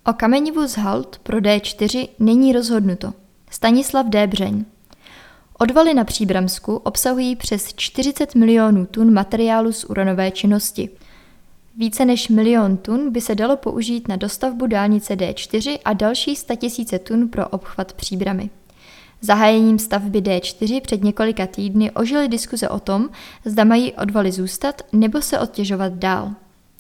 O kamenivu z Hald pro D4 není rozhodnuto. Stanislav D. Břeň. Odvaly na Příbramsku obsahují přes 40 milionů tun materiálu z uranové činnosti. Více než 1 000 000 tun by se dalo použít na dostavbu dálnice D4 a další 100 000 tun pro obchvat Příbrami. Zahájením stavby D4 před několika týdny ožily diskuze o tom, zda mají odvaly zůstat nebo se odtěžovat dál.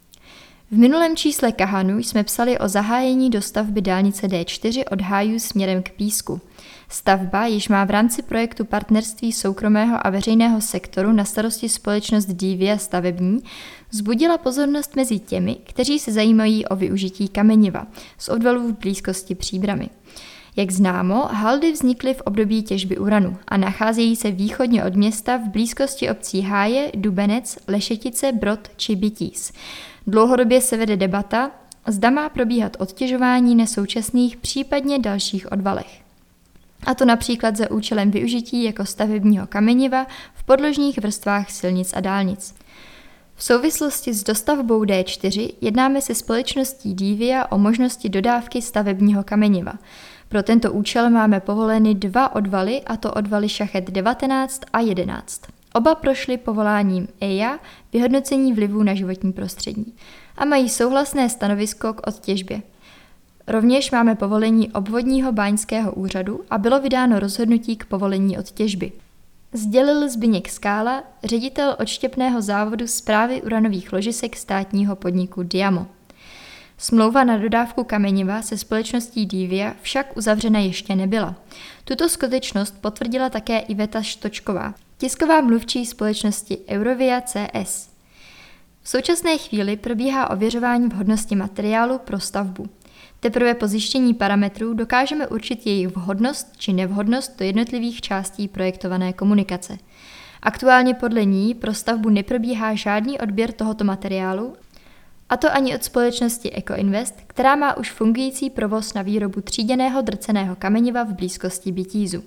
V minulém čísle Kahanu jsme psali o zahájení dostavby dálnice D4 od Hájů směrem k Písku. Stavba, již má v rámci projektu partnerství soukromého a veřejného sektoru na starosti společnost Divia stavební, vzbudila pozornost mezi těmi, kteří se zajímají o využití kameniva z odvalů v blízkosti Příbrami. Jak známo, haldy vznikly v období těžby uranu a nacházejí se východně od města v blízkosti obcí Háje, Dubenec, Lešetice, Brod či Bytíz. Dlouhodobě se vede debata, zda má probíhat odtěžování na současných, případně dalších odvalech. A to například za účelem využití jako stavebního kameniva v podložních vrstvách silnic a dálnic. V souvislosti s dostavbou D4 jednáme se společností Divia o možnosti dodávky stavebního kameniva. Pro tento účel máme povoleny 2 odvaly, a to odvaly šachet 19 a 11. Oba prošly povoláním EIA, vyhodnocení vlivů na životní prostředí, a mají souhlasné stanovisko k odtěžbě. Rovněž máme povolení obvodního báňského úřadu a bylo vydáno rozhodnutí k povolení odtěžby. Sdělil Zbyněk Skála, ředitel odštěpného závodu Správy uranových ložisek státního podniku Diamo. Smlouva na dodávku kameniva se společností Divia však uzavřena ještě nebyla. Tuto skutečnost potvrdila také Iveta Štočková, tisková mluvčí společnosti Eurovia CS. V současné chvíli probíhá ověřování vhodnosti materiálu pro stavbu. Teprve po zjištění parametrů dokážeme určit jejich vhodnost či nevhodnost do jednotlivých částí projektované komunikace. Aktuálně podle ní pro stavbu neprobíhá žádný odběr tohoto materiálu, a to ani od společnosti Ecoinvest, která má už fungující provoz na výrobu tříděného drceného kameniva v blízkosti Bytízu.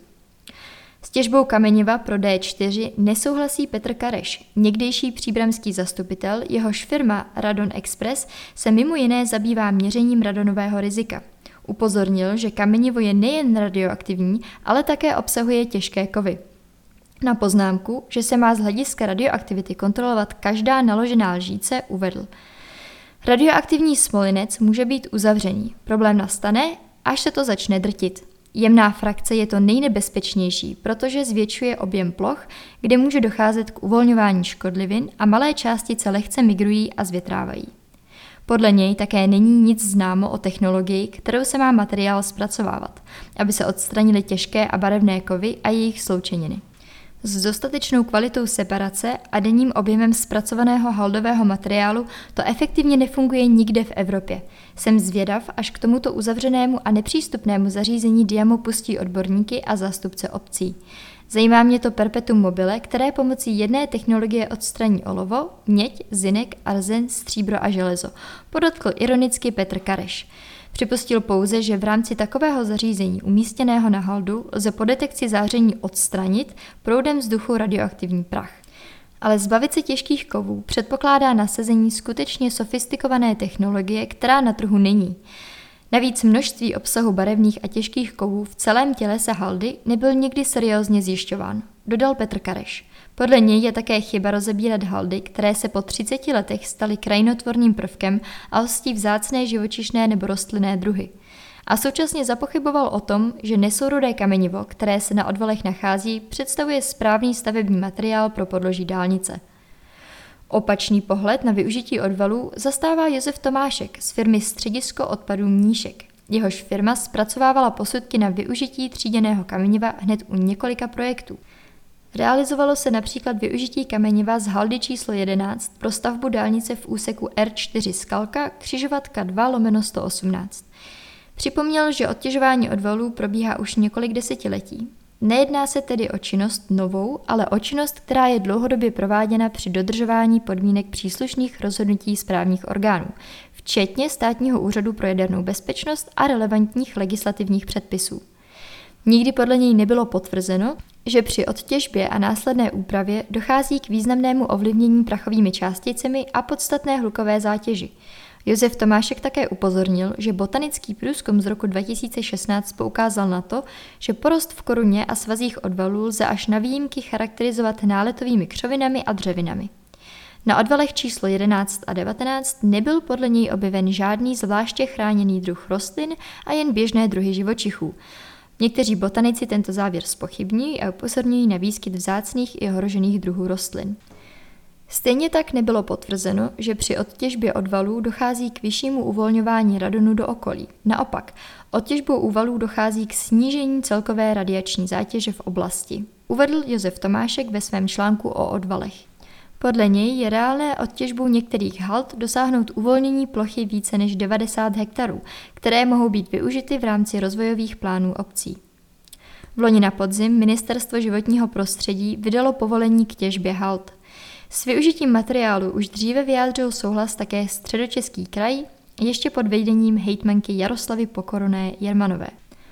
S těžbou kameniva pro D4 nesouhlasí Petr Kareš, někdejší příbramský zastupitel, jehož firma Radon Express se mimo jiné zabývá měřením radonového rizika. Upozornil, že kamenivo je nejen radioaktivní, ale také obsahuje těžké kovy. Na poznámku, že se má z hlediska radioaktivity kontrolovat každá naložená lžíce, uvedl: radioaktivní smolinec může být uzavřený. Problém nastane, až se to začne drtit. Jemná frakce je to nejnebezpečnější, protože zvětšuje objem ploch, kde může docházet k uvolňování škodlivin a malé částice lehce migrují a zvětrávají. Podle něj také není nic známo o technologii, kterou se má materiál zpracovávat, aby se odstranily těžké a barevné kovy a jejich sloučeniny. S dostatečnou kvalitou separace a denním objemem zpracovaného haldového materiálu to efektivně nefunguje nikde v Evropě. Jsem zvědav, až k tomuto uzavřenému a nepřístupnému zařízení Diamo pustí odborníky a zástupce obcí. Zajímá mě to perpetuum mobile, které pomocí jedné technologie odstraní olovo, měď, zinek, arzen, stříbro a železo, podotkl ironicky Petr Kareš. Připustil pouze, že v rámci takového zařízení umístěného na haldu lze po detekci záření odstranit proudem vzduchu radioaktivní prach. Ale zbavit se těžkých kovů předpokládá nasazení skutečně sofistikované technologie, která na trhu není. Navíc množství obsahu barevných a těžkých kovů v celém tělese haldy nebyl nikdy seriózně zjišťován, dodal Petr Kareš. Podle něj je také chyba rozebírat haldy, které se po 30 letech staly krajinotvorným prvkem a hostí vzácné živočišné nebo rostlinné druhy. A současně zapochyboval o tom, že nesourodé kamenivo, které se na odvalech nachází, představuje správný stavební materiál pro podloží dálnice. Opačný pohled na využití odvalů zastává Josef Tomášek z firmy Středisko odpadů Mníšek. Jehož firma zpracovávala posudky na využití tříděného kameniva hned u několika projektů. Realizovalo se například využití kameniva z haldy číslo 11 pro stavbu dálnice v úseku R4 Skalka křižovatka 2/118. Připomněl, že odtěžování odvalů probíhá už několik desetiletí. Nejedná se tedy o činnost novou, ale o činnost, která je dlouhodobě prováděna při dodržování podmínek příslušných rozhodnutí správních orgánů, včetně Státního úřadu pro jadernou bezpečnost a relevantních legislativních předpisů. Nikdy podle něj nebylo potvrzeno, že při odtěžbě a následné úpravě dochází k významnému ovlivnění prachovými částicemi a podstatné hlukové zátěži. Josef Tomášek také upozornil, že botanický průzkum z roku 2016 poukázal na to, že porost v koruně a svazích odvalů lze až na výjimky charakterizovat náletovými křovinami a dřevinami. Na odvalech číslo 11 a 19 nebyl podle něj objeven žádný zvláště chráněný druh rostlin a jen běžné druhy živočichů. Někteří botanici tento závěr zpochybňují a upozorňují na výskyt vzácných i ohrožených druhů rostlin. Stejně tak nebylo potvrzeno, že při odtěžbě odvalů dochází k vyššímu uvolňování radonu do okolí. Naopak, odtěžbou úvalů dochází k snížení celkové radiační zátěže v oblasti, uvedl Josef Tomášek ve svém článku o odvalech. Podle něj je reálné odtěžbou některých hald dosáhnout uvolnění plochy více než 90 hektarů, které mohou být využity v rámci rozvojových plánů obcí. Vloni na podzim Ministerstvo životního prostředí vydalo povolení k těžbě hald. S využitím materiálu už dříve vyjádřil souhlas také Středočeský kraj, ještě pod vedením hejtmanky Jaroslavy Pokorné Jermanové.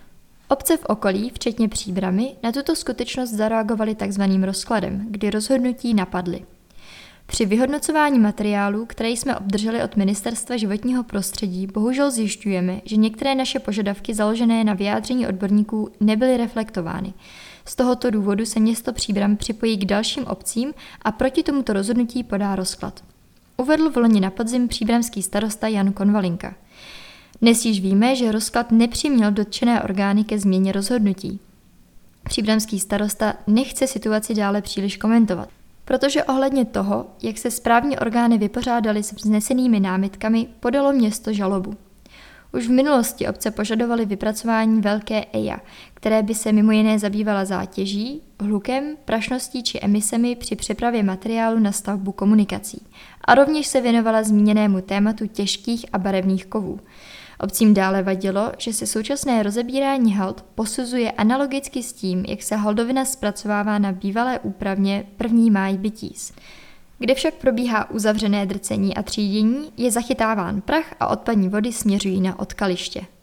Obce v okolí, včetně Příbrami, na tuto skutečnost zareagovaly takzvaným rozkladem, kdy rozhodnutí napadly. Při vyhodnocování materiálů, které jsme obdrželi od Ministerstva životního prostředí, bohužel zjišťujeme, že některé naše požadavky založené na vyjádření odborníků nebyly reflektovány. Z tohoto důvodu se město Příbram připojí k dalším obcím a proti tomuto rozhodnutí podá rozklad. Uvedl vloni na podzim příbramský starosta Jan Konvalinka. Dnes již víme, že rozklad nepřiměl dotčené orgány ke změně rozhodnutí. Příbramský starosta nechce situaci dále příliš komentovat, protože ohledně toho, jak se správní orgány vypořádaly s vznesenými námitkami, podalo město žalobu. Už v minulosti obce požadovaly vypracování velké EIA, které by se mimo jiné zabývala zátěží, hlukem, prašností či emisemi při přepravě materiálu na stavbu komunikací a rovněž se věnovala zmíněnému tématu těžkých a barevných kovů. Obcím dále vadilo, že se současné rozebírání hald posuzuje analogicky s tím, jak se haldovina zpracovává na bývalé úpravně 1. máj Bytíz. Kde však probíhá uzavřené drcení a třídění, je zachytáván prach a odpadní vody směřují na odkaliště.